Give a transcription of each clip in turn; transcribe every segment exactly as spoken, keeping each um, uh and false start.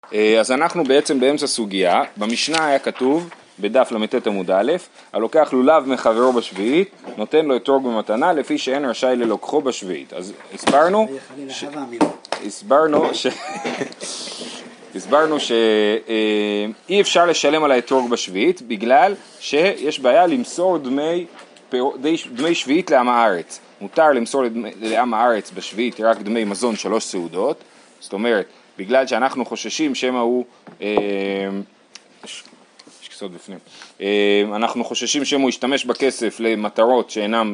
אז אנחנו בעצם באמצע סוגיה, במשנה היה כתוב בדף למתת עמוד א', הלוקח לולב מחברו בשביעית, נותן לו אתרוג במתנה לפי שאין רשאי ללוקחו בשביעית. אז הסברנו, ש... הסברנו ש... הסברנו שאי אפשר לשלם על האתרוג בשביעית, בגלל שיש בעיה למסור דמי, דמי שביעית לעם הארץ. מותר למסור לעם הארץ בשביעית רק דמי מזון שלוש סעודות, זאת אומרת, בגלל שאנחנו חוששים שמה הוא, יש כסות בפנים, אנחנו חוששים שמה הוא ישתמש בכסף למטרות שאינם,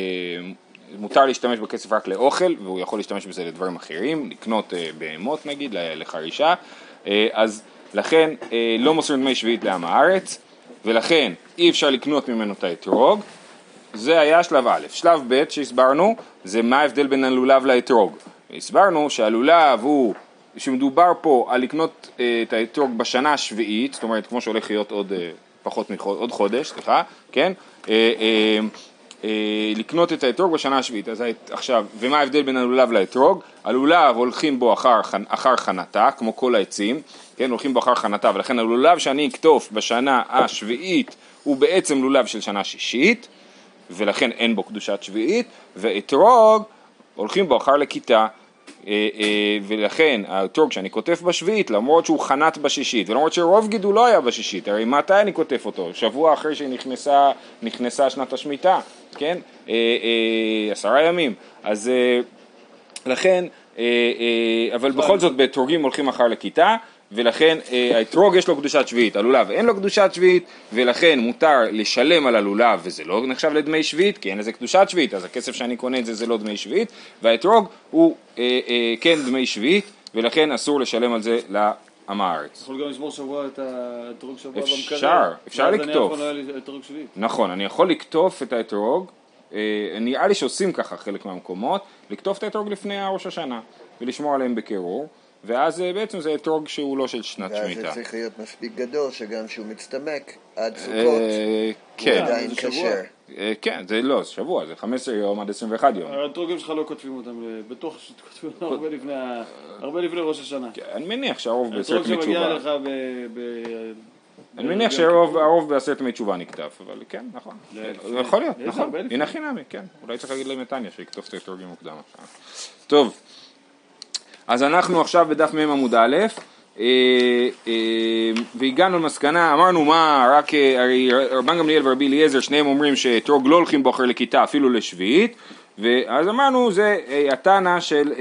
מותר להשתמש בכסף רק לאוכל, והוא יכול להשתמש בזה לדברים אחרים, לקנות בהמות נגיד, לחרישה, אז לכן לא מוסרים דמי שביעית לעם הארץ, ולכן אי אפשר לקנות ממנו את האתרוג. זה היה שלב א'. שלב ב' שהסברנו, זה מה ההבדל בין הלולב לאתרוג. הסברנו שהלולב הוא, שמדובר פה על לקנות אה, את האתרוג בשנה השביעית, זאת אומרת כמו שהולך להיות עוד אה, פחות מחודש, עוד חודש, סליחה, כן? אה, אה, אה, לקנות את האתרוג בשנה השביעית. אז עכשיו, ומה ההבדל בין הלולב לאתרוג? הלולב הולכים בו אחר, אחר חנתה, כמו כל העצים, כן? הולכים בו אחר חנתה, ולכן הלולב שאני אכתוף בשנה השביעית הוא בעצם לולב של שנה שישית, ולכן אין בו קדושת שביעית, ואתרוג הולכים בו אחר לכיתה, ולכן האתרוג שאני כותף בשביעית, למרות שהוא חנת בשישית, ולמרות שרוב גידול לא היה בשישית, הרי מתי אני כותף אותו? שבוע אחרי שנכנסה נכנסה שנת השמיטה, כן? עשרה ימים. אז לכן, אבל בכל זאת באתרוגים הולכים אחר לכיתה, ולכן האתרוג יש לו קדושת שביעית, הלולב אין לו קדושת שביעית, ולכן מותר לשלם על הלולב, וזה לא נחשב לדמי שביעית, כי אין לזה קדושת שביעית, אז הכסף שאני קונה את זה זה לא דמי שביעית, והאתרוג הוא אה, אה, כן דמי שביעית, ולכן אסור לשלם על זה לעם הארץ. יכול גם לשמור שבוע את האתרוג שבוע במקרר? אפשר, אפשר לקטוף. אני יכול לאתרוג שביעית. נכון, אני יכול לקטוף את האתרוג, אה, נראה לי שעושים ככה חלק מהמקומות, לקטוף את האתרוג לפני ראש השנה, ולשמור עליהם בקירור. ואז בעצם זה אתרוג שהוא לא של שנת שמיטה. ואז זה צריך להיות מספיק גדול, שגם שהוא מצטמק עד סוכות, הוא עדיין כשר. כן, זה לא, זה שבוע, זה חמישה עשר יום עד עשרים ואחד יום. האתרוגים שלך לא כותבים אותם, בטוח שכותבים אותם הרבה לפני ראש השנה. אני מניח שהרוב בעשרת ימי תשובה. האתרוג שמגיע לך ב... אני מניח שהרוב בעשרת ימי תשובה נכתב, אבל כן, נכון. יכול להיות, נכון. הנה חינמי, כן. אולי צריך להגיד להם נתניה שיקטוף את האתרוגים מוקדם. טוב. אז אנחנו עכשיו בדף מ' עמוד א', והגענו למסקנה, אמרנו מה, רק רבן גמליאל ורבי אליעזר, שניהם אומרים שאתרוג לא הולכים בו אחר לכיתה, אפילו לשביעית, ואז אמרנו, זה התנא של,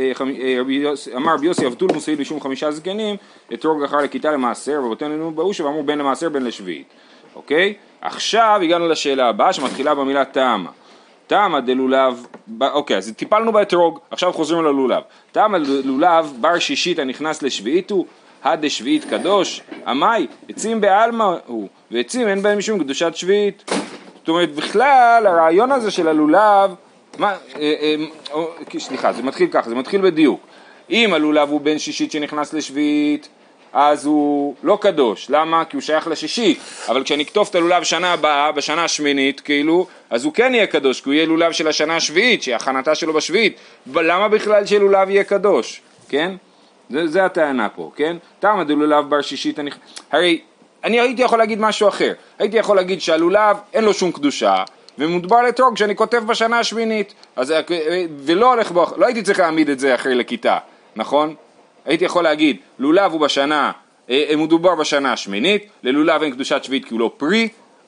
אמר רבי יוסי אבטול מוסעיד בשום חמישה זקנים, אתרוג אחר לכיתה למעשר, ובותן לנו באוש, ואמרו בין למעשר בין לשביעית. אוקיי? עכשיו הגענו לשאלה הבאה, שמתחילה במילה טעמה. טעמה דלולב, אוקיי, אז טיפלנו באתרוג, עכשיו חוזרים ללולב. טעמה דלולב, בר שישית הנכנס לשביעית הוא, הד שביעית קדוש, עמי, עצים בעלמא הוא, ועצים אין בהם משום קדושת שביעית. זאת אומרת, בכלל, הרעיון הזה של הלולב, מה, אה, אה, סליחה, זה מתחיל ככה, זה מתחיל בדיוק. אם הלולב הוא בן שישית שנכנס לשביעית, אז הוא לא קדוש. למה? כי הוא שייך לשישית. אבל כשאני אכתוב את הלולב שנה הבאה, בשנה השמינית, כאילו, אז הוא כן יהיה קדוש, כי הוא יהיה לולב של השנה השביעית, שהכנתה שלו בשביעית. למה בכלל שלולב יהיה קדוש? כן? זה, זה הטענה פה, כן? טעמה דלולב בר שישית, אני... הרי אני הייתי יכול להגיד משהו אחר. הייתי יכול להגיד שהלולב אין לו שום קדושה, ומודבר לאתרוג שאני כותב בשנה השמינית. אז, ולא הולך בו, לא הייתי צריך להעמיד את זה אחרי לכיתה, נכון? הייתי יכול להגיד, לולב הוא בשנה, מדובר בשנה השמינית, ללולב אין קדושת שביעית כי הוא לא פרי,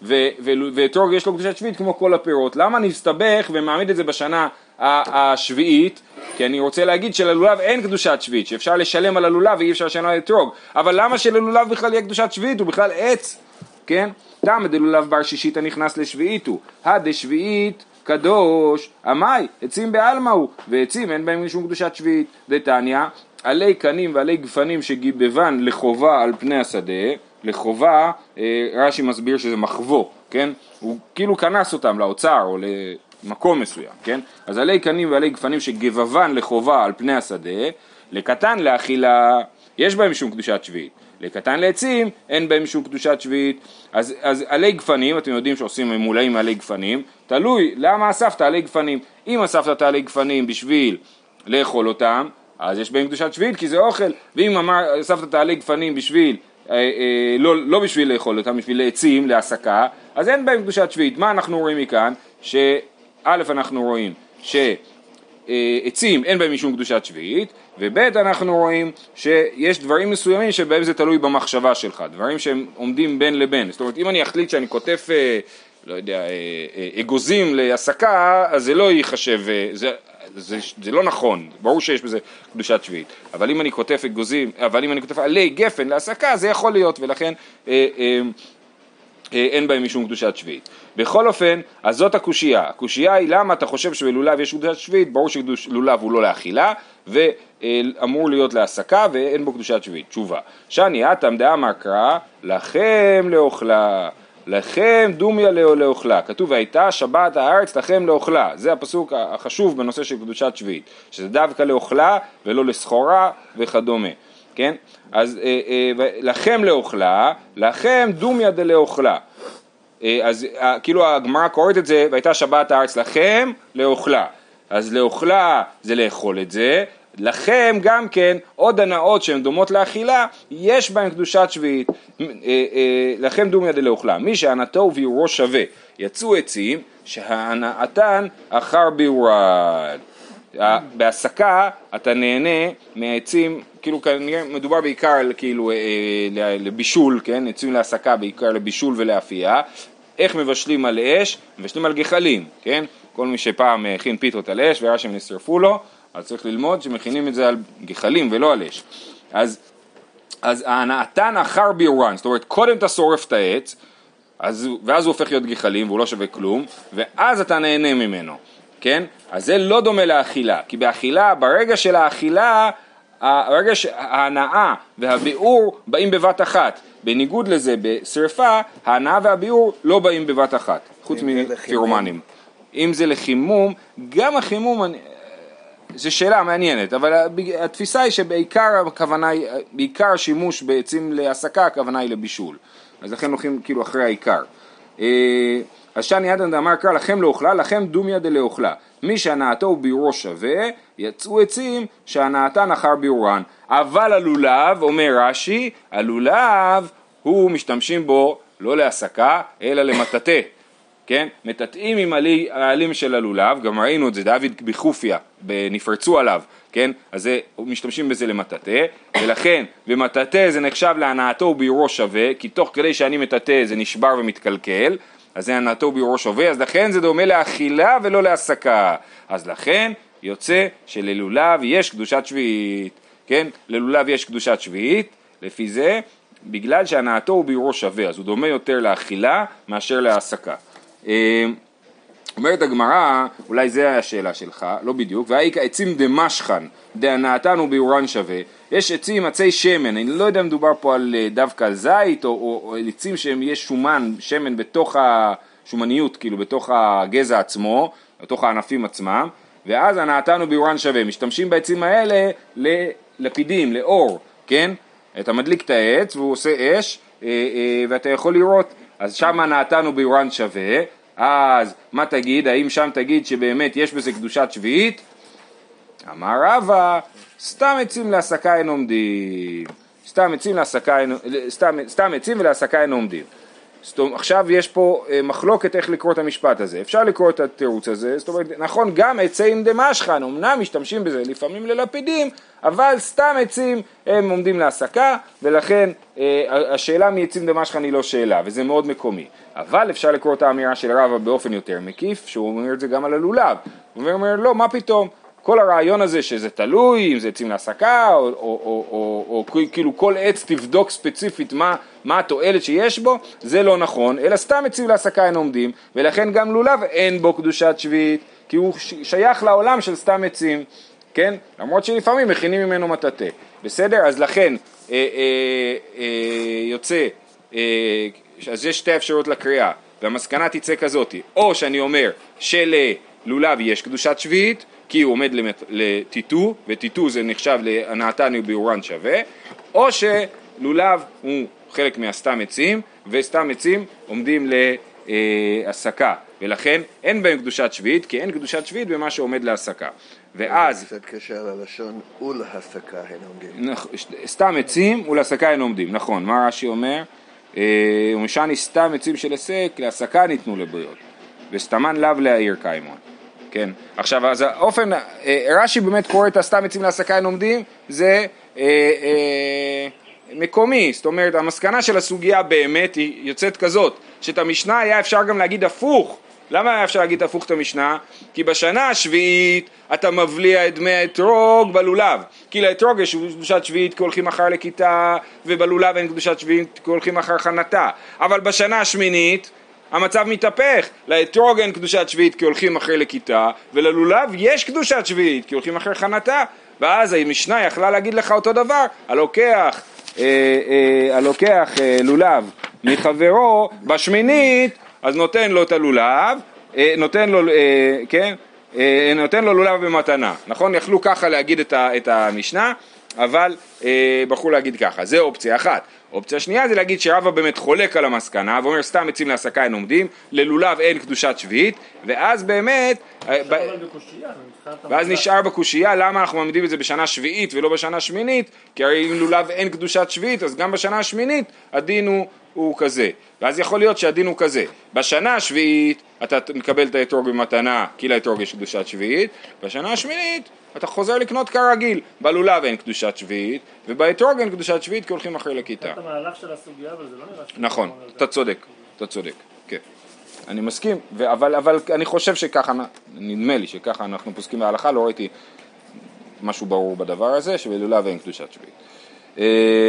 ואתרוג יש לו קדושת שביעית כמו כל הפירות. למה אני מסתבך ומעמיד את זה בשנה השביעית? כי אני רוצה להגיד שללולב אין קדושת שביעית, שאפשר לשלם על הלולב ואי אפשר לשלם על אתרוג. אבל למה שללולב בכלל יהיה קדושת שביעית? הוא בכלל עץ, כן? טעם דלולב בר שישית הנכנס לשביעית הוא, הד שביעית קדוש, עמי, עצים בעלמא הוא, ועצים אין בהם משום קדושת שביעית. דתניא, עלי קנים ועלי גפנים שגיבבן לחובה על פני השדה, לחובה, רש"י מסביר שזה מחבו, כן? הוא כאילו כנס אותם לאוצר או למקום מסוים, כן? אז עלי קנים ועלי גפנים שגיבבן לחובה על פני השדה, לקטן לאכילה, יש בהם שום קדושת שביעית. לקטן לעצים, אין בהם שום קדושת שביעית. אז, אז עלי גפנים, אתם יודעים שעושים ממולאים עלי גפנים, תלוי, למה אספת עלי גפנים? אם אספת עלי גפנים בשביל לאכול אותם, אז יש בהם קדושת שביעית כי זה אוכל, ואם אמר, אספת תעלי גפנים בשביל, אה, אה, לא, לא בשביל לאכול אותם, בשביל לעצים, להסקה, אז אין בהם קדושת שביעית. מה אנחנו רואים מכאן? שא' אנחנו רואים שעצים אין בהם משום קדושת שביעית, וב' אנחנו רואים שיש דברים מסוימים שבהם זה תלוי במחשבה שלך, דברים שהם עומדים בין לבין. זאת אומרת, אם אני אחליט שאני כותב, לא יודע, אגוזים להסקה, אז זה לא ייחשב, זה, זה, זה לא נכון, ברור שיש בזה קדושת שביעית. אבל אם אני כותב אגוזים, אבל אם אני כותב עלי גפן להסקה, זה יכול להיות, ולכן אה, אה, אה, אין בהם משום קדושת שביעית. בכל אופן, אז זאת הקושייה. הקושייה היא למה אתה חושב שבלולב יש קדושת שביעית, ברור שלולב הוא לא לאכילה, ואמור להיות להסקה, ואין בו קדושת שביעית. תשובה. שאני אתם דאמר קרא, לכם לאוכלה, לכם דומיה לאוכלה. כתוב, והייתה שבת הארץ לכם לאוכלה. זה הפסוק החשוב בנושא של קדושת שביעית, שזה דווקא לאוכלה ולא לסחורה וכדומה. כן? אז אה, אה, לכם לאוכלה, לכם דומיה דלאוכלה. אז כאילו הגמרא קוראת את זה, והייתה שבת הארץ לכם לאוכלה. אז לאוכלה זה לאכול את זה, לכם גם כן עוד הנאות שהן דומות לאכילה, יש בהן קדושת שביעית. לכם דומיה דלאוכלה. מי שהנאתו וביעורו שווה, יצאו עצים שהנאתן אחר ביעורן. בהסקה אתה נהנה מהעצים, כאילו מדובר בעיקר כאילו לבישול, כן? עצים להסקה בעיקר לבישול ולאפייה. איך מבשלים על אש? מבשלים על גחלים, כן? כל מי שפעם הכין פיתות על אש וראה שהם נשרפו לו, אז צריך ללמוד שמכינים את זה על גחלים ולא על אש. אז, אז הנאתן אחר ביעורן, זאת אומרת קודם אתה שורף את העץ, אז, ואז הוא הופך להיות גחלים והוא לא שווה כלום, ואז אתה נהנה ממנו, כן? אז זה לא דומה לאכילה, כי באכילה, ברגע של האכילה, הרגע שההנאה והביעור באים בבת אחת. בניגוד לזה, בשריפה, ההנאה והביעור לא באים בבת אחת, חוץ מפירומנים. אם זה לחימום, גם החימום, זו שאלה מעניינת, אבל התפיסה היא שבעיקר הכוונה היא, בעיקר שימוש בעצים להסקה, הכוונה היא לבישול. אז לכן הולכים כאילו אחרי העיקר. אז שאני ידן דאמר קרא לכם לאוכלה, לכם דומיה דלאוכלה. מי שהנאתו וביעורו שווה, יצאו עצים שהנאתן אחר ביעורן. אבל הלולב, אומר רש"י, הלולב הוא משתמשים בו לא להסקה, אלא למטאטא. כן? מטאטאים עם העלים של הלולב, גם ראינו את זה, דוד בחופיה, נפרצו עליו, כן? אז זה, משתמשים בזה למטאטא, ולכן במטאטא זה נחשב להנאתו וביעורו שווה, כי תוך כדי שאני מטאטא זה נשבר ומתקלקל, אז זה הנאתו וביעורו שווה, אז לכן זה דומה לאכילה ולא להסקה. אז לכן יוצא שללולב יש קדושת שביעית, כן? ללולב יש קדושת שביעית, לפי זה, בגלל שהנאתו וביעורו שווה, אז הוא דומה יותר לאכילה מאשר להסקה. אומרת הגמרא, אולי זה השאלה שלך, לא בדיוק, והאיק עצים דמשכן, דהנאתן וביעורן שווה, יש עצים עצי שמן, אני לא יודע מדובר פה על דווקא על זית, או, או, או עצים שיש שומן, שמן בתוך השומניות, כאילו בתוך הגזע עצמו, בתוך הענפים עצמם, ואז הנאתן וביעורן שווה, משתמשים בעצים האלה ללפידים, לאור, כן? אתה מדליק את העץ והוא עושה אש, ואתה יכול לראות, אז שם הנאתן וביעורן שווה, אז מה תגיד, האם שם תגיד שבאמת יש בזה קדושת שביעית? אמר רבא, סתם עצים להסקה אין עומדים, סתם עצים להסקה אין, סתם, סתם עצים ולהסקה אין עומדים. עכשיו יש פה מחלוקת איך לקרוא את המשפט הזה, אפשר לקרוא את התירוץ הזה, זאת אומרת, נכון, גם עצים דמשכן, אמנם משתמשים בזה לפעמים ללפידים, אבל סתם עצים הם עומדים להסקה, ולכן אה, השאלה מעצים דמשכן היא לא שאלה, וזה מאוד מקומי. אבל אפשר לקרוא את האמירה של רבא באופן יותר מקיף, שהוא אומר את זה גם על הלולב. הוא אומר, לא, מה פתאום? כל הרעיון הזה שזה תלוי, אם זה עצים להסקה, או, או, או, או, או כאילו כל עץ תבדוק ספציפית מה, מה התועלת שיש בו, זה לא נכון, אלא סתם עצים להסקה אין עומדים, ולכן גם לולב אין בו קדושת שביעית, כי הוא שייך לעולם של סתם עצים, כן? למרות שלפעמים מכינים ממנו מטאטא. בסדר? אז לכן אה, אה, אה, יוצא, אה, אז יש שתי אפשרויות לקריאה, והמסקנה תצא כזאת, או שאני אומר שללולב יש קדושת שביעית, כי הוא עומד לטיטו, וטיטו זה נחשב להנאתן וביעורן שווה, או שלולב הוא חלק מהסתם עצים, וסתם עצים עומדים ל... להסקה, ולכן אין בהם קדושת שביעית, כי אין קדושת שביעית במה שעומד להסקה. ואז... קצת קשר ללשון ולהסקה הן עומדים. סתם עצים ולהסקה הן עומדים, נכון, מה רש"י אומר? ומשני סתם עצים של הסק, להסקה ניתנו לבריות, וסתמן לאו להעיר קיימון. כן, עכשיו, אז האופן, רש"י באמת קורא את הסתם עצים להסקה הן עומדים, זה אה, אה, מקומי, זאת אומרת, המסקנה של הסוגיה באמת היא יוצאת כזאת, שאת המשנה היה אפשר גם להגיד הפוך. למה היה אפשר להגיד הפוך את המשנה? כי בשנה השביעית אתה מבליע את דמי האתרוג בלולב, כי לאתרוג יש קדושת שביעית כי הולכים אחר לכיתה, ובלולב אין קדושת שביעית כי הולכים אחר חנתה. אבל בשנה השמינית המצב מתהפך, לאתרוג אין קדושת שביעית כי הולכים אחר לכיתה, וללולב יש קדושת שביעית כי הולכים אחר חנתה. ואז המשנה יכלה להגיד לך אותו דבר, הלוקח, אה, אה, הלוקח אה, לולב מחברו בשמינית, אז נותן לו את הלולב, אה, נותן לו, אה, כן, אה, נותן לו לולב במתנה, נכון? יכלו ככה להגיד את, ה, את המשנה, אבל אה, בחרו להגיד ככה, זה אופציה אחת. אופציה שנייה זה להגיד שרבא באמת חולק על המסקנה, ואומר סתם עצים להסקה אין עומדים, ללולב אין קדושת שביעית, ואז באמת, ב... ואז נשאר בקושייה, למה אנחנו מעמידים את זה בשנה שביעית ולא בשנה שמינית, כי הרי אם לולב אין קדושת שביעית, אז גם בשנה השמינית הדין הוא, הוא כזה, ואז יכול להיות שהדין הוא כזה, בשנה השביעית אתה מקבל את האתרוג במתנה, כי לאתרוג יש קדושת שביעית, בשנה השמינית אתה חוזר לקנות כרגיל, בלולב אין קדושת שביעית, ובאתרוג אין קדושת שביעית כי הולכים אחרי לכיתה. אתה מהלך של הסוגיה, אבל זה לא נראה... נכון, אתה צודק, אתה צודק, כן. אני מסכים, אבל, אבל אני חושב שככה, נדמה לי שככה אנחנו פוסקים בהלכה, לא ראיתי משהו ברור בדבר הזה, שבלולב אין קדושת שביעית.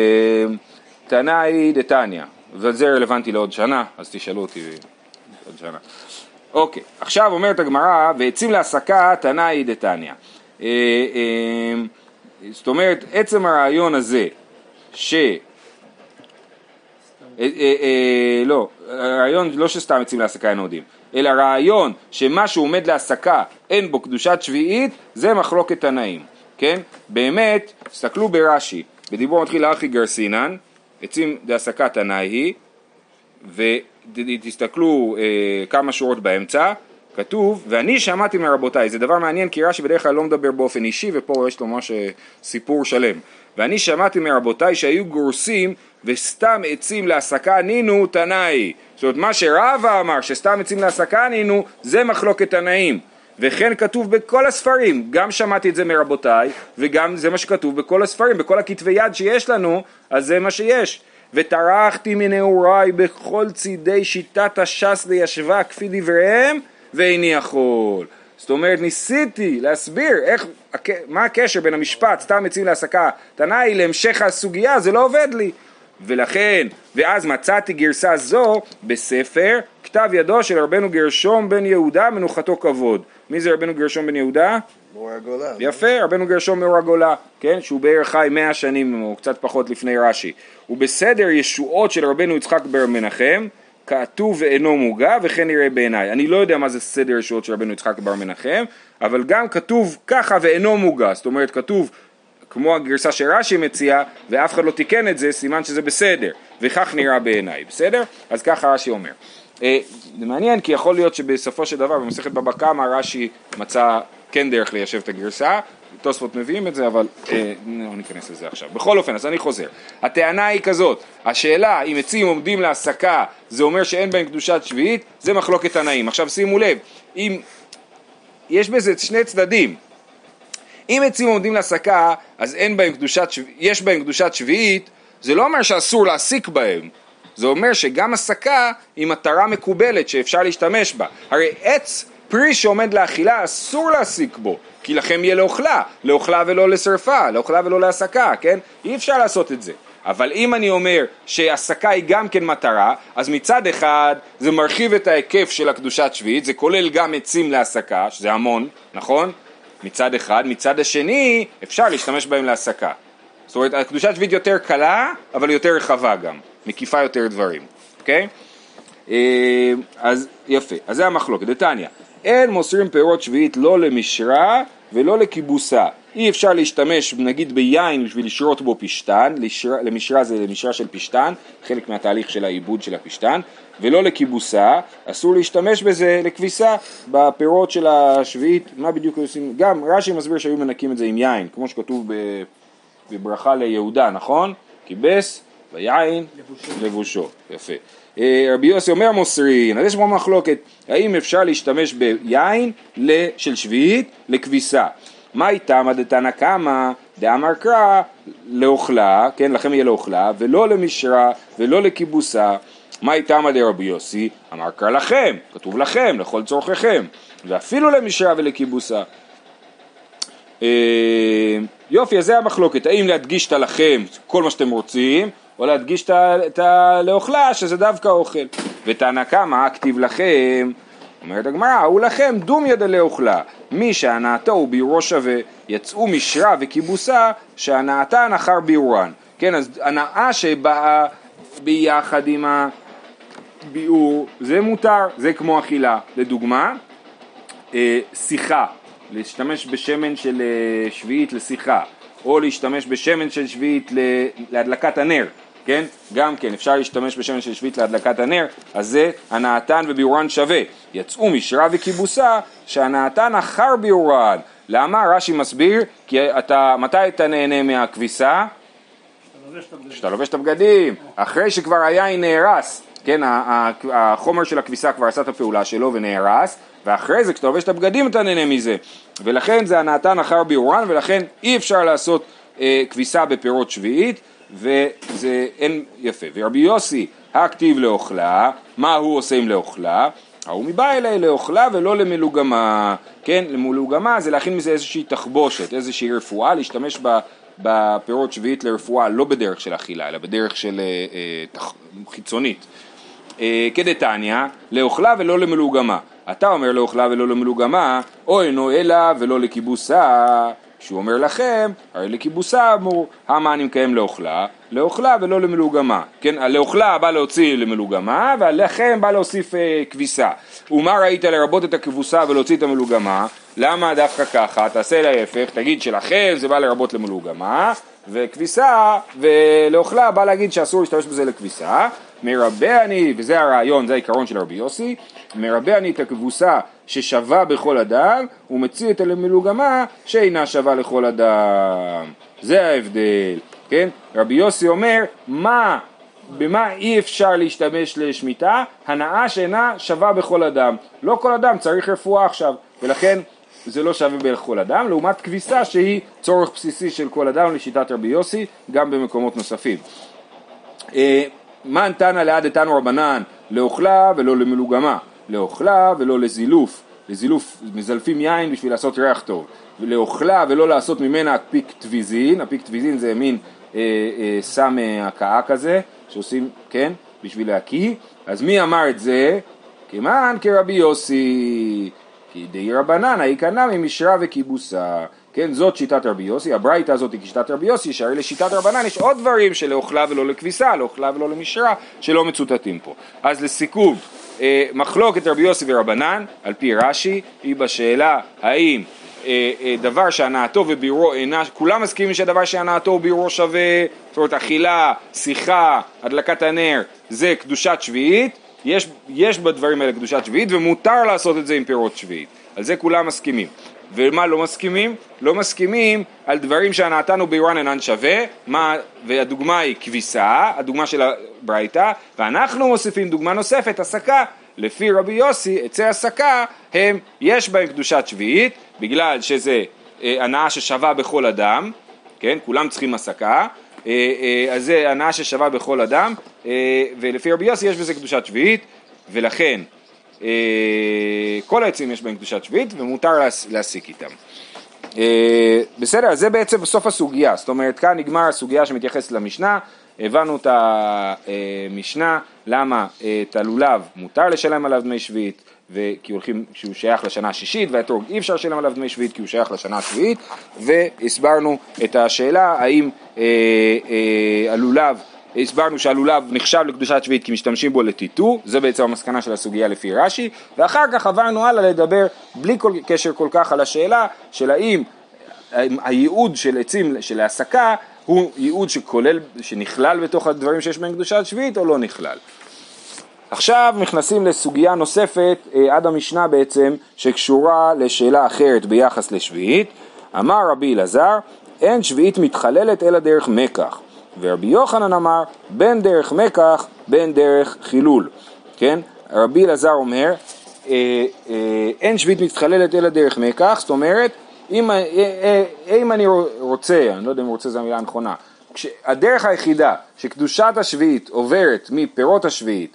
תנאי דתניא, וזה רלוונטי לעוד שנה, אז תשאלו אותי עוד שנה. אוקיי, עכשיו אומרת הגמרא, ועצים להסקה תנאי דתניא. זאת אומרת, עצם הרעיון הזה, ש... לא, הרעיון לא שסתם עצים להסקה אין עומדים, אלא הרעיון שמשהו עומד להסקה אין בו קדושת שביעית, זה מחלוקת תנאים, כן? באמת, תסתכלו ברש"י, בדיבור מתחיל לאחי גרסינן, עצים להסקה תנאי היא, ותסתכלו אה, כמה שורות באמצע, כתוב, ואני שמעתי מרבותיי, זה דבר מעניין כי רש"י בדרך כלל לא מדבר באופן אישי, ופה יש לו ממש סיפור שלם, ואני שמעתי מרבותיי שהיו גורסים וסתם עצים להסקה נינו תנאי, זאת אומרת מה שרבא אמר שסתם עצים להסקה נינו זה מחלוקת תנאים, וכן כתוב בכל הספרים, גם שמעתי את זה מרבותיי וגם זה מה שכתוב בכל הספרים, בכל הכתבי יד שיש לנו, אז זה מה שיש. וטרחתי מנעוריי בכל צידי שיטת הש"ס לישבה כפי דבריהם ואיני יכול. זאת אומרת ניסיתי להסביר איך, מה הקשר בין המשפט סתם עצים להסקה תנאי להמשך הסוגיה, זה לא עובד לי. ולכן, ואז מצאתי גרסה זו בספר כתב ידו של רבנו גרשום בן יהודה מנוחתו כבוד. מי זה רבנו גרשום בן יהודה? מאור הגולה. יפה, רבנו גרשום מאור הגולה, כן? שהוא בערך חי מאה שנים או קצת פחות לפני רש"י. ובסדר ישועות של רבנו יצחק בר מנחם כתוב ואינו מוגע וכן נראה בעיניי. אני לא יודע מה זה סדר ישועות של רבנו יצחק בר מנחם, אבל גם כתוב ככה ואינו מוגע, זאת אומרת כתוב כמו הגרסה שרש"י מציע, ואף אחד לא תיקן את זה, סימן שזה בסדר, וכך נראה בעיניי, בסדר? אז ככה רש"י אומר. אה, זה מעניין, כי יכול להיות שבסופו של דבר, במסכת בבא קמא, רש"י מצא כן דרך ליישב את הגרסה, תוספות מביאים את זה, אבל אה, לא ניכנס לזה עכשיו. בכל אופן, אז אני חוזר. הטענה היא כזאת, השאלה אם עצים עומדים להסקה, זה אומר שאין בהם קדושת שביעית, זה מחלוקת תנאים. עכשיו שימו לב, אם יש בזה שני צדדים, אם עצים עומדים להסקה, אז אין בהם קדושת, יש בהם קדושת שביעית, זה לא אומר שאסור להסיק בהם, זה אומר שגם הסקה היא מטרה מקובלת שאפשר להשתמש בה. הרי עץ פרי שעומד לאכילה אסור להסיק בו, כי לכם יהיה לאוכלה, לאוכלה ולא לשרפה, לאוכלה ולא להסקה, כן? אי אפשר לעשות את זה. אבל אם אני אומר שהסקה היא גם כן מטרה, אז מצד אחד זה מרחיב את ההיקף של הקדושת שביעית, זה כולל גם עצים להסקה, שזה המון, נכון? מצד אחד, מצד השני אפשר להשתמש בהם להסקה. זאת אומרת, הקדושת שביעית יותר קלה, אבל יותר רחבה גם, מקיפה יותר דברים, אוקיי? אז יפה, אז זה המחלוקת. דתניא, אין מוסרים פירות שביעית לא למשרה ולא לכיבוסה, אי אפשר להשתמש נגיד ביין בשביל לשרות בו פשטן, לשרה, למשרה זה למשרה של פשטן, חלק מהתהליך של העיבוד של הפשטן, ולא לכיבוסה, אסור להשתמש בזה לכביסה בפירות של השביעית, מה בדיוק עושים, גם רש"י מסביר שהיו מנקים את זה עם יין, כמו שכתוב בברכה ליהודה, נכון? כיבס ויין לבושו, לבושו. יפה. רבי יוסי אומר מוסרין, אז יש פה מחלוקת, האם אפשר להשתמש ביין של שביעית לכביסה? מה איתם הדתנא קמא דאמר קרא לאוכלה, כן, לכם יהיה לאוכלה, ולא למשרה ולא לכיבוסה. מה איתם דרבי יוסי? אמר קרא לכם, כתוב לכם, לכל צורככם, ואפילו למשרה ולכיבוסה. יופי, אז זה המחלוקת, האם להדגיש את הלכם כל מה שאתם רוצים, או להדגיש את הלאוכלה שזה דווקא אוכל. ותנא קמא כתיב לכם, אומרת הגמרא, הוא לכם דום יד לאוכלה, מי שהנאתו הוא ביורו שווה, יצאו משרה וכיבוסה שהנאתן אחר ביורן. כן, אז הנאה שבאה ביחד עם הביאור, זה מותר, זה כמו אכילה. לדוגמה, אה, שיחה, להשתמש בשמן של אה, שביעית לשיחה, או להשתמש בשמן של שביעית להדלקת הנר, כן? גם כן, אפשר להשתמש בשמן של שביעית להדלקת הנר, אז זה הנאתן וביורן שווה. יצאו משרה וכיבוסה שהנאתן אחר ביורן. למה? רש"י מסביר, כי אתה, מתי אתה נהנה מהכביסה? כשאתה לובש את הבגדים, אחרי שכבר היין נהרס, כן? החומר של הכביסה כבר עשה את הפעולה שלו ונהרס, ואחרי זה כשאתה לובש את הבגדים אתה נהנה מזה. ולכן זה הנאתן אחר ביורן, ולכן אי אפשר לעשות אה, כביסה בפירות שביעית, וזה אין יפה. ורבי יוסי הכתיב לאוכלה, מה הוא עושה עם לאוכלה? הוא מבא אליי לאוכלה ולא למלוגמה, כן? למלוגמה זה להכין מזה איזושהי תחבושת, איזושהי רפואה, להשתמש בפירות שביעית לרפואה, לא בדרך של אכילה, אלא בדרך של אה, תח... חיצונית. אה, כדתניא, לאוכלה ולא למלוגמה. אתה אומר לאוכלה ולא למלוגמה, או אינו אלא ולא לכיבוסה. שהוא אומר לכם, הרי לכיבוסה אמור, המה אני מקיים לאוכלה, לאוכלה ולא למלוגמה. כן, הלאוכלה בא להוציא למלוגמה, והלחם בא להוסיף אה, כביסה. ומה ראית לרבות את הכיבוסה ולהוציא את המלוגמה? למה דווקא ככה? תעשה להפך, תגיד שלכם זה בא לרבות למלוגמה, וכביסה ולאוכלה בא להגיד שאסור להשתמש בזה לכביסה. מרבה אני, וזה הרעיון, זה העיקרון של רבי יוסי, מרבה אני את הכבוסה ששווה בכל אדם, ומציא את המלוגמה שאינה שווה לכל אדם. זה ההבדל, כן? רבי יוסי אומר, מה, במה אי אפשר להשתמש לשמיטה? הנאה שאינה שווה בכל אדם. לא כל אדם צריך רפואה עכשיו, ולכן זה לא שווה בכל אדם, לעומת כביסה שהיא צורך בסיסי של כל אדם לשיטת רבי יוסי, גם במקומות נוספים. מה נתנא לעד איתנו רבנן? לאוכלה ולא למלוגמה, לאוכלה ולא לזילוף, לזילוף מזלפים יין בשביל לעשות ריח טוב, ולאוכלה ולא לעשות ממנה אפיק טביזין, אפיק טביזין זה מין אה, אה, סם הקאה כזה, שעושים, כן, בשביל להקיא. אז מי אמר את זה? כמען כרבי יוסי, כי די רבנן, העיקנה ממשרה וכיבוסה. כן, זאת שיטת רבי יוסי, הברייתא הזאת היא כשיטת רבי יוסי, שהרי לשיטת רבנן יש עוד דברים שלאוכלה ולא לכביסה, לאוכלה ולא למשרה, שלא מצוטטים פה. אז לסיכום, אה, מחלוקת רבי יוסי ורבנן, על פי רש"י, היא בשאלה האם אה, אה, דבר שהנאתו וביורו אינה, כולם מסכימים שהדבר שהנאתו וביורו שווה, זאת אומרת אכילה, שיחה, הדלקת הנר, זה קדושת שביעית, יש, יש בדברים האלה קדושת שביעית, ומותר לעשות את זה עם פירות שביעית. על זה כולם מסכימים. ומה לא מסכימים? לא מסכימים על דברים שהנאתן וביורן אינן שווה, מה, והדוגמה היא כביסה, הדוגמה של הברייתא, ואנחנו מוסיפים דוגמה נוספת, הסקה. לפי רבי יוסי, עצי הסקה הם, יש בהם קדושת שביעית, בגלל שזה אה, הנאה ששווה בכל אדם, כן, כולם צריכים הסקה, אה, אה, אז זה הנאה ששווה בכל אדם, אה, ולפי רבי יוסי יש בזה קדושת שביעית, ולכן כל העצים יש בהם קדושת שביעית ומותר להסיק איתם. בסדר, אז זה בעצם בסוף הסוגיה, זאת אומרת כאן נגמר הסוגיה שמתייחסת למשנה, הבנו את המשנה, למה את הלולב מותר לשלם עליו דמי שביעית, כי הולכים, שהוא שייך לשנה השישית, והאתרוג אי אפשר לשלם עליו דמי שביעית כי הוא שייך לשנה השביעית, והסברנו את השאלה האם אה, אה, הלולב, הסברנו שהלולב נחשב לקדושת שביעית כי משתמשים בו לטיטו, זה בעצם המסקנה של הסוגיה לפי רש"י, ואחר כך עברנו הלאה לדבר בלי כל קשר כל כך על השאלה של האם הייעוד של עצים של העסקה הוא ייעוד שכולל, שנכלל בתוך הדברים שיש בהם קדושת שביעית או לא נכלל. עכשיו נכנסים לסוגיה נוספת עד המשנה בעצם שקשורה לשאלה אחרת ביחס לשביעית. אמר רבי אלעזר, אין שביעית מתחללת אלא דרך מקח, ורבי יוחנן אמר בין דרך מקח בין דרך חילול. כן? רבי אלעזר אומר אה, אה, אין שביעית מתחללת אלא דרך מקח, זאת אומרת אם, אה, אה, אם אני רוצה, אני לא יודע אם רוצה זו המילה הנכונה, הדרך היחידה שקדושת השביעית עוברת מפירות השביעית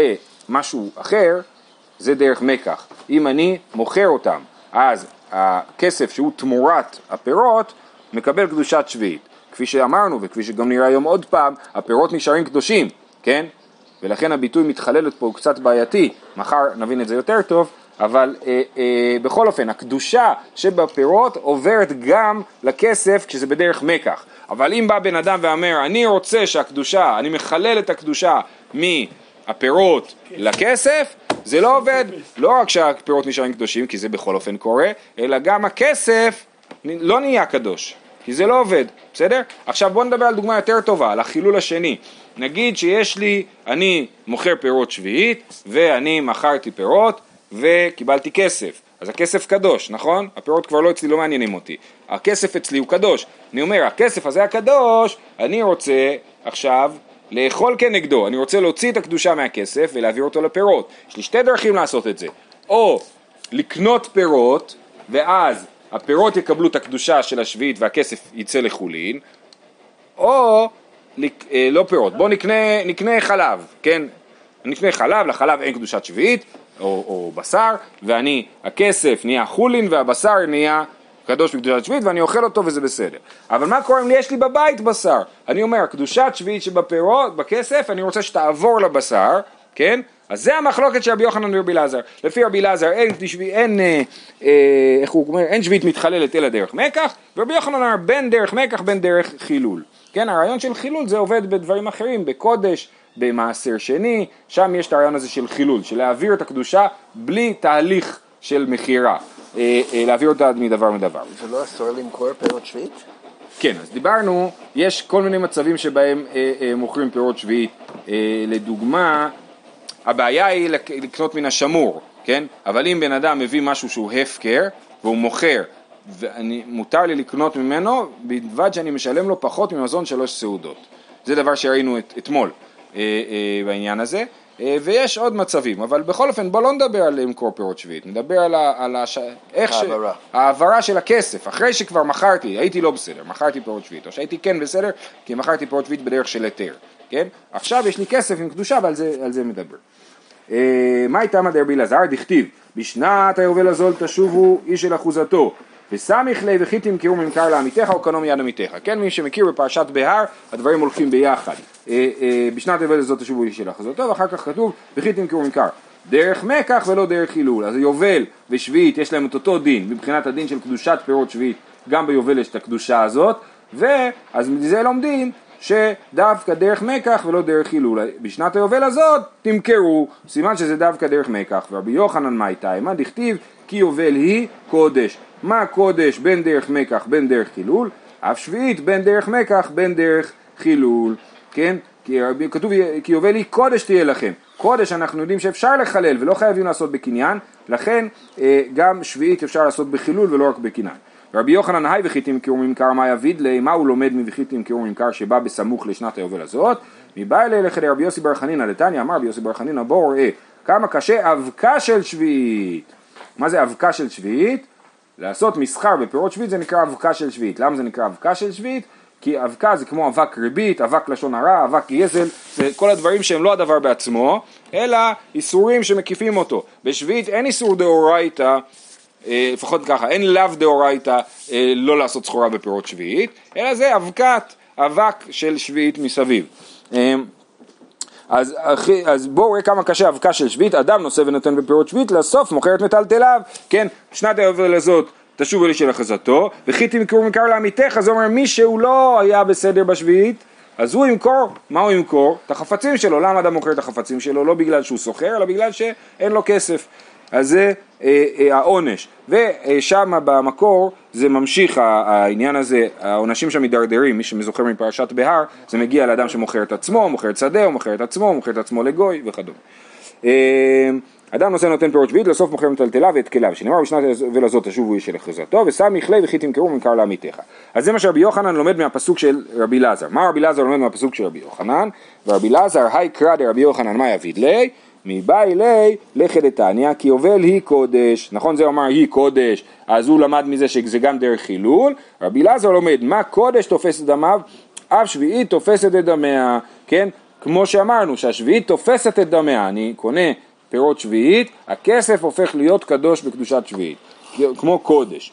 למשהו אחר זה דרך מקח. אם אני מוכר אותם אז הכסף שהוא תמורת הפירות מקבל קדושת שביעית. כפי שאמרנו וכפי שגם נראה היום עוד פעם, הפירות נשארים קדושים, כן? ולכן הביטוי מתחללת פה הוא קצת בעייתי, מחר נבין את זה יותר טוב, אבל אה, אה, בכל אופן הקדושה שבפירות עוברת גם לכסף כשזה בדרך מקח. אבל אם בא בן אדם ואומר אני רוצה שהקדושה, אני מחלל את הקדושה מהפירות לכסף, זה לא עובד, לא רק שהפירות נשארים קדושים, כי זה בכל אופן קורה, אלא גם הכסף לא נהיה קדוש, כי זה לא עובד, בסדר? עכשיו בואו נדבר על דוגמה יותר טובה, על החילול השני. נגיד שיש לי, אני מוכר פירות שביעית, ואני מכרתי פירות, וקיבלתי כסף. אז הכסף קדוש, נכון? הפירות כבר לא אצלי, לא מעניינים אותי. הכסף אצלי הוא קדוש. אני אומר, הכסף הזה הקדוש, אני רוצה עכשיו לאכול כנגדו. אני רוצה להוציא את הקדושה מהכסף ולהעביר אותו לפירות. יש לי שתי דרכים לעשות את זה. או לקנות פירות, ואז הפירות יקבלו את הקדושה של השביעית והכסף יצא לחולין, או לא פירות, בוא נקנה, נקנה חלב, כן? נקנה חלב, לחלב אין קדושת שביעית, או, או בשר, ואני, הכסף נהיה חולין והבשר נהיה קדוש בקדושת שביעית ואני אוכל אותו וזה בסדר. אבל מה קורה אם לי יש לי בבית בשר? אני אומר, קדושת שביעית שבפירות, בכסף, אני רוצה שתעבור לבשר, כן? אז זה המחלוקת של רבי יוחנן ורבי אלעזר. לפי רבי אלעזר אין, אין, אה, אה, איך הוא אומר, אין שביעית מתחללת אלא דרך מקח, ורבי יוחנן אומר בין דרך מקח בין דרך חילול. כן, הרעיון של חילול זה עובד בדברים אחרים, בקודש, במעשר שני, שם יש את הרעיון הזה של חילול, של להעביר את הקדושה בלי תהליך של מחירה, אה, אה, להעביר אותה מדבר מדבר. זה לא אסור למכור פירות שביעית? כן, אז דיברנו, יש כל מיני מצבים שבהם אה, אה, מוכרים פירות שביעית, אה, לדוגמה, הבעיה היא לקנות מן השמור, כן? אבל אם בן אדם מביא משהו שהוא הפקר והוא מוכר, ומותר לי לקנות ממנו, בלבד שאני משלם לו פחות ממזון שלוש סעודות. זה דבר שראינו את, אתמול אה, אה, בעניין הזה, אה, ויש עוד מצבים, אבל בכל אופן בוא לא נדבר על למכור פירות שביעית, נדבר על, ה, על הש... איך ש... העברה של הכסף, אחרי שכבר מכרתי, הייתי לא בסדר, מכרתי פירות שביעית, או שהייתי כן בסדר, כי מכרתי פירות שביעית בדרך של היתר. כן? עכשיו יש לי כסף עם קדושה ועל זה, על זה מדבר. מה הייתה מדר רבי אלעזר? דכתיב, בשנת היובל הזול תשובו איש אל אחוזתו, וסמיך לי וכי תמכרו ממכר לעמיתך או קנו מיד עמיתך. כן, מי שמכיר בפרשת בהר, הדברים הולכים ביחד. בשנת היובל הזול תשובו איש אל אחוזתו, ואחר כך כתוב, וכי תמכרו ממכר. דרך מקח ולא דרך חילול. אז יובל ושביעית יש להם את אותו דין, מבחינת הדין של קדושת פירות שביעית, גם ביובל יש את הקדושה הזאת, ואז מזה לומדים, שדווקא דרך מקח ולא דרך חילול. בשנת היובל הזאת תמכרו, סימן שזה דווקא דרך מקח. ורבי יוחנן מה איתה? מה דכתיב? כי יובל היא קודש. מה קודש בין דרך מקח בין דרך חילול? אף שביעית בין דרך מקח בין דרך חילול. כן? כי כתוב כי יובל היא קודש תהיה לכם. קודש אנחנו יודעים שאפשר לחלל ולא חייבים לעשות בקניין, לכן גם שביעית אפשר לעשות בחילול ולא רק בקניין. רבי יוחנן היי וכי תמכרו ממכר מה יביד לי, מה הוא לומד מבכי תמכרו ממכר שבא בסמוך לשנת היובל הזאת? מבא אלי לכדי רבי יוסי בר חנינא לתניא, אמר רבי יוסי בר חנינא בוא ראה כמה קשה אבקה של שביעית. מה זה אבקה של שביעית? לעשות מסחר בפירות שביעית זה נקרא אבקה של שביעית. למה זה נקרא אבקה של שביעית? כי אבקה זה כמו אבק ריבית, אבק לשון הרע, אבק יזל, זה כל הדברים שהם לא הדבר בעצמו, אלא איסורים שמקיפים אותו. בשביעית אין איסור דאורייתא, לפחות ככה, אין לאו דאורייתא לא לעשות סחורה בפירות שביעית, אלא זה אבקת, אבק של שביעית מסביב. אז, אז בואו ראה כמה קשה אבקה של שביעית, אדם נושא ונותן בפירות שביעית, לסוף מוכר את מטלטליו, כן, שנת היובל הזאת תשובו לי של אחזתו, וכי תמכרו ממכר לעמיתך, אז הוא אומר מי שהוא לא היה בסדר בשביעית, אז הוא ימכור, מה הוא ימכור? את החפצים שלו. למה אדם מוכר את החפצים שלו? לא בגלל שהוא סוחר, אלא בגלל שאין לו כסף. אז זה אה, אה, העונש. ושם במקור זה ממשיך העניין הזה, העונשים שם מדרדרים, מי שמזוכר מפרשת בהר, זה מגיע לאדם שמוכר את עצמו, מוכר את שדה, הוא מוכר את עצמו, מוכר את עצמו לגוי וכדומה. אה, אדם נושא נותן פירות שביעית, לסוף מוכר מטלטלה ואת כליו, שנאמר בשנת ולזאת תשובו איש אל אחזתו, ושם מכלי וכי תמכרו ממכר לעמיתך. אז זה מה שרבי יוחנן לומד מהפסוק של רבי אלעזר. מה רבי אלעזר לומד מהפסוק של רבי יוחנן? ורבי אלעזר, היי קרא דרבי יוחנן, מה יביד לי? מבאי לי לכי דתניא, כי יובל היא קודש. נכון, זה אומר היא קודש, אז הוא למד מזה שזה גם דרך חילול. רבי אלעזר לומד, מה קודש תופס את דמיו? אף שביעית תופסת את דמיה, כן? כמו שאמרנו, שהשביעית תופסת את דמיה, אני קונה פירות שביעית, הכסף הופך להיות קדוש בקדושת שביעית, כמו קודש.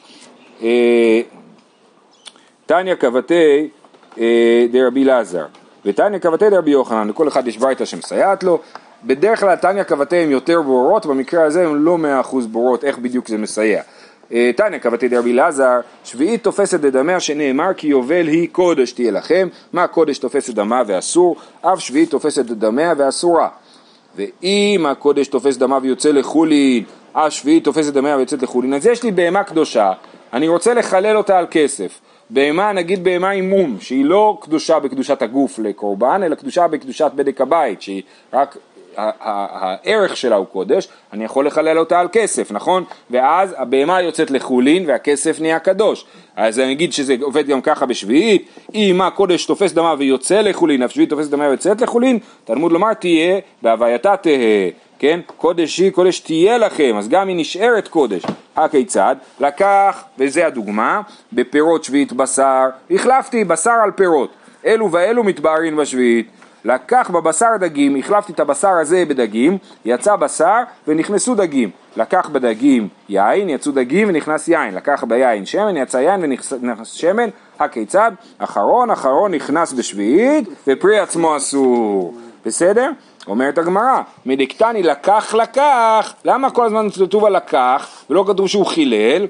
תניא קבתי דרבי אלעזר, ותניא קבתי דרבי יוחנן, לכל אחד יש ברייתא שמסייעת לו. בדרך כלל תניא קבתי הם יותר ברורות, במקרה הזה הם לא מאה אחוז ברורות, איך בדיוק זה מסייע. תניא קבתי דרבי אלעזר, שביעית תופסת את דמיה שנאמר כי יובל היא קודש תהיה לכם. מה קודש תופסת דמה ואסור? אף שביעית תופסת את דמיה ואסורה. ואם הקודש תופס דמה ויוצא לחולין, השביעית תופסת דמיה ויוצאת לחולין, אז יש לי בהמה קדושה, אני רוצה לחלל אותה על כסף. בהמה, נגיד בהמה עם מום, שהיא לא קדושה בקדושת הגוף לקורבן, אלא קדושה בקדושת בדק הבית, שהיא רק הערך שלה הוא קודש, אני יכול לחלל אותה על כסף, נכון? ואז הבהמה יוצאת לחולין והכסף נהיה קדוש. אז אני אגיד שזה עובד גם ככה בשביעית, אם הקודש תופס דמה ויוצא לחולין, השביעית תופס דמה ויוצאת לחולין, תלמוד לומר תהיה בהווייתה תהיה, כן? קודש היא, קודש תהיה לכם, אז גם היא נשארת קודש. הכיצד? לקח, וזה הדוגמה, בפירות שביעית בשר, החלפתי בשר על פירות, אלו ואלו מתבארין בשביעית. לקח בבשר דגים, החלפתי את הבשר הזה בדגים, יצא בשר ונכנסו דגים. לקח בדגים יין, יצאו דגים ונכנס יין. לקח ביין שמן, יצא יין ונכנס שמן. הכיצד? אחרון, אחרון נכנס בשביעית ופרי עצמו אסור. בסדר? אומרת הגמרא, מדקתני לקח לקח, למה כל הזמן כתוב על לקח ולא כתוב שהוא חילל?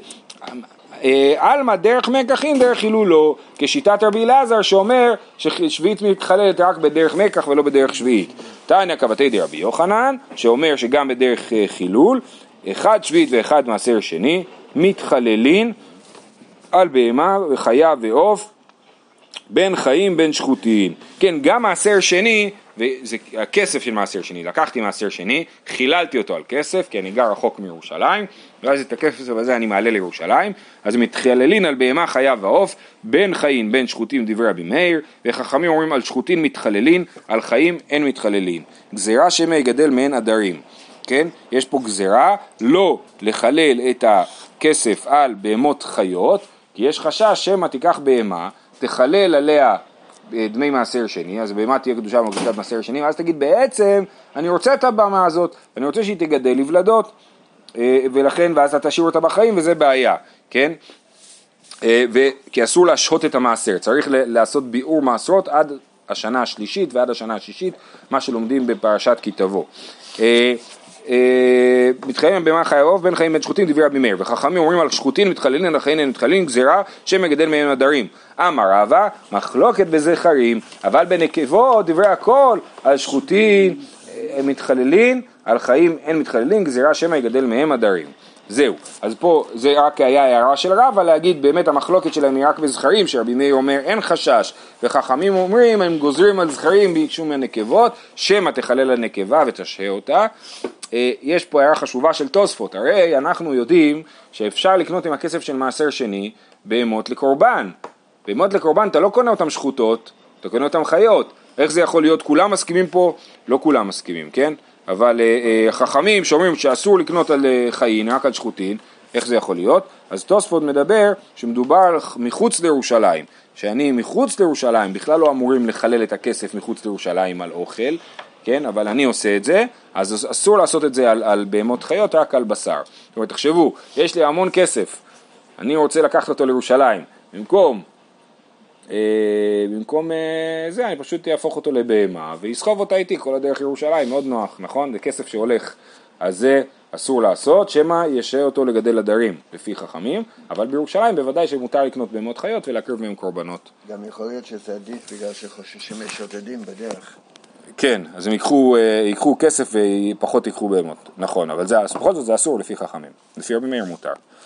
אלמה דרך מקחים דרך חילול לא, כשיטת רבי אלעזר שאומר ששביעית מתחללת רק בדרך מקח ולא בדרך שביעית. תניא קבתי דרבי יוחנן שאומר שגם בדרך חילול, אחד שביעית ואחד מעשר שני מתחללין על בהמה וחיה ועוף, בין חיים בין שחוטין. כן, גם מעשר שני, וזה הכסף של מעשר שני, לקחתי מעשר שני, חיללתי אותו על כסף, כי אני גר רחוק מירושלים, ואז את הכסף הזה אני מעלה לירושלים, אז מתחללין על בהמה חיה ועוף, בין חיים בין שחוטין דברי רבי מאיר, וחכמים אומרים על שחוטין מתחללין, על חיים אין מתחללין. גזירה שמא יגדל מהן עדרים. כן? יש פה גזירה לא לחלל את הכסף על בהמות חיות, כי יש חשש שמא תיקח בהמה, תחלל עליה דמי מעשר שני, אז בהמה תהיה קדושה מקדושת מעשר שני, ואז תגיד בעצם אני רוצה את הבהמה הזאת, אני רוצה שהיא תגדל לבלדות, ולכן ואז אתה תשאיר אותה בחיים, וזה בעיה, כן? כי אסור להשהות את המעשר, צריך לעשות ביאור מעשרות עד השנה השלישית ועד השנה השישית, מה שלומדים בפרשת כי תבוא. מתחללים בהמה חיה ועוף, בין חיים בין שחוטין דברי רבי מאיר, וחכמים אומרים על שחוטין מתחללין על חיים אין מתחללין, גזירה שמגדל מהם עדרים. אמר רבא, מחלוקת בזכרים, אבל בנקבות דברי הכל על שחוטין מתחללין, על חיים אין מתחללין, גזירה שמא יגדל מהם עדרים. זהו, אז פה זה רק היה הערה של רבא להגיד באמת המחלוקת שלהם היא רק בזכרים, שרבי מאיר אומר אין חשש, וחכמים אומרים הם גוזרים על זכרים ביקשו מהנקבות, שמא תחלל הנקבה ותשהה אותה. יש פה הערה חשובה של תוספות, הרי אנחנו יודעים שאפשר לקנות עם הכסף של מעשר שני בהמות לקורבן. בהמות לקורבן אתה לא קונה אותם שחוטות, אתה קונה אותם חיות. איך זה יכול להיות? כולם מסכימים פה? לא כולם מסכימים, כן? אבל אה, חכמים שאומרים שאסור לקנות על חיים, רק על שחוטין, איך זה יכול להיות? אז תוספות מדבר שמדובר מחוץ לירושלים, שאני מחוץ לירושלים בכלל לא אמורים לחלל את הכסף מחוץ לירושלים על אוכל, כן? אבל אני עושה את זה, אז אסור לעשות את זה על, על בהמות חיות, רק על בשר. זאת אומרת, תחשבו, יש לי המון כסף, אני רוצה לקחת אותו לירושלים, במקום, אה, במקום אה, זה, אני פשוט אהפוך אותו לבהמה, ויסחוב אותה איתי כל הדרך לירושלים, מאוד נוח, נכון? זה כסף שהולך, אז זה אסור לעשות, שמא ישעה אותו לגדל עדרים, לפי חכמים, אבל בירושלים בוודאי שמותר לקנות בהמות חיות ולהקריב מהם קורבנות. גם יכול להיות שזה עדיף בגלל שחוששים ששודדים בדרך. כן, אז הם ייקחו, ייקחו כסף ופחות ייקחו בהמות, נכון, אבל זה, בכל זאת זה אסור לפי חכמים, לפי רבי מאיר מותר.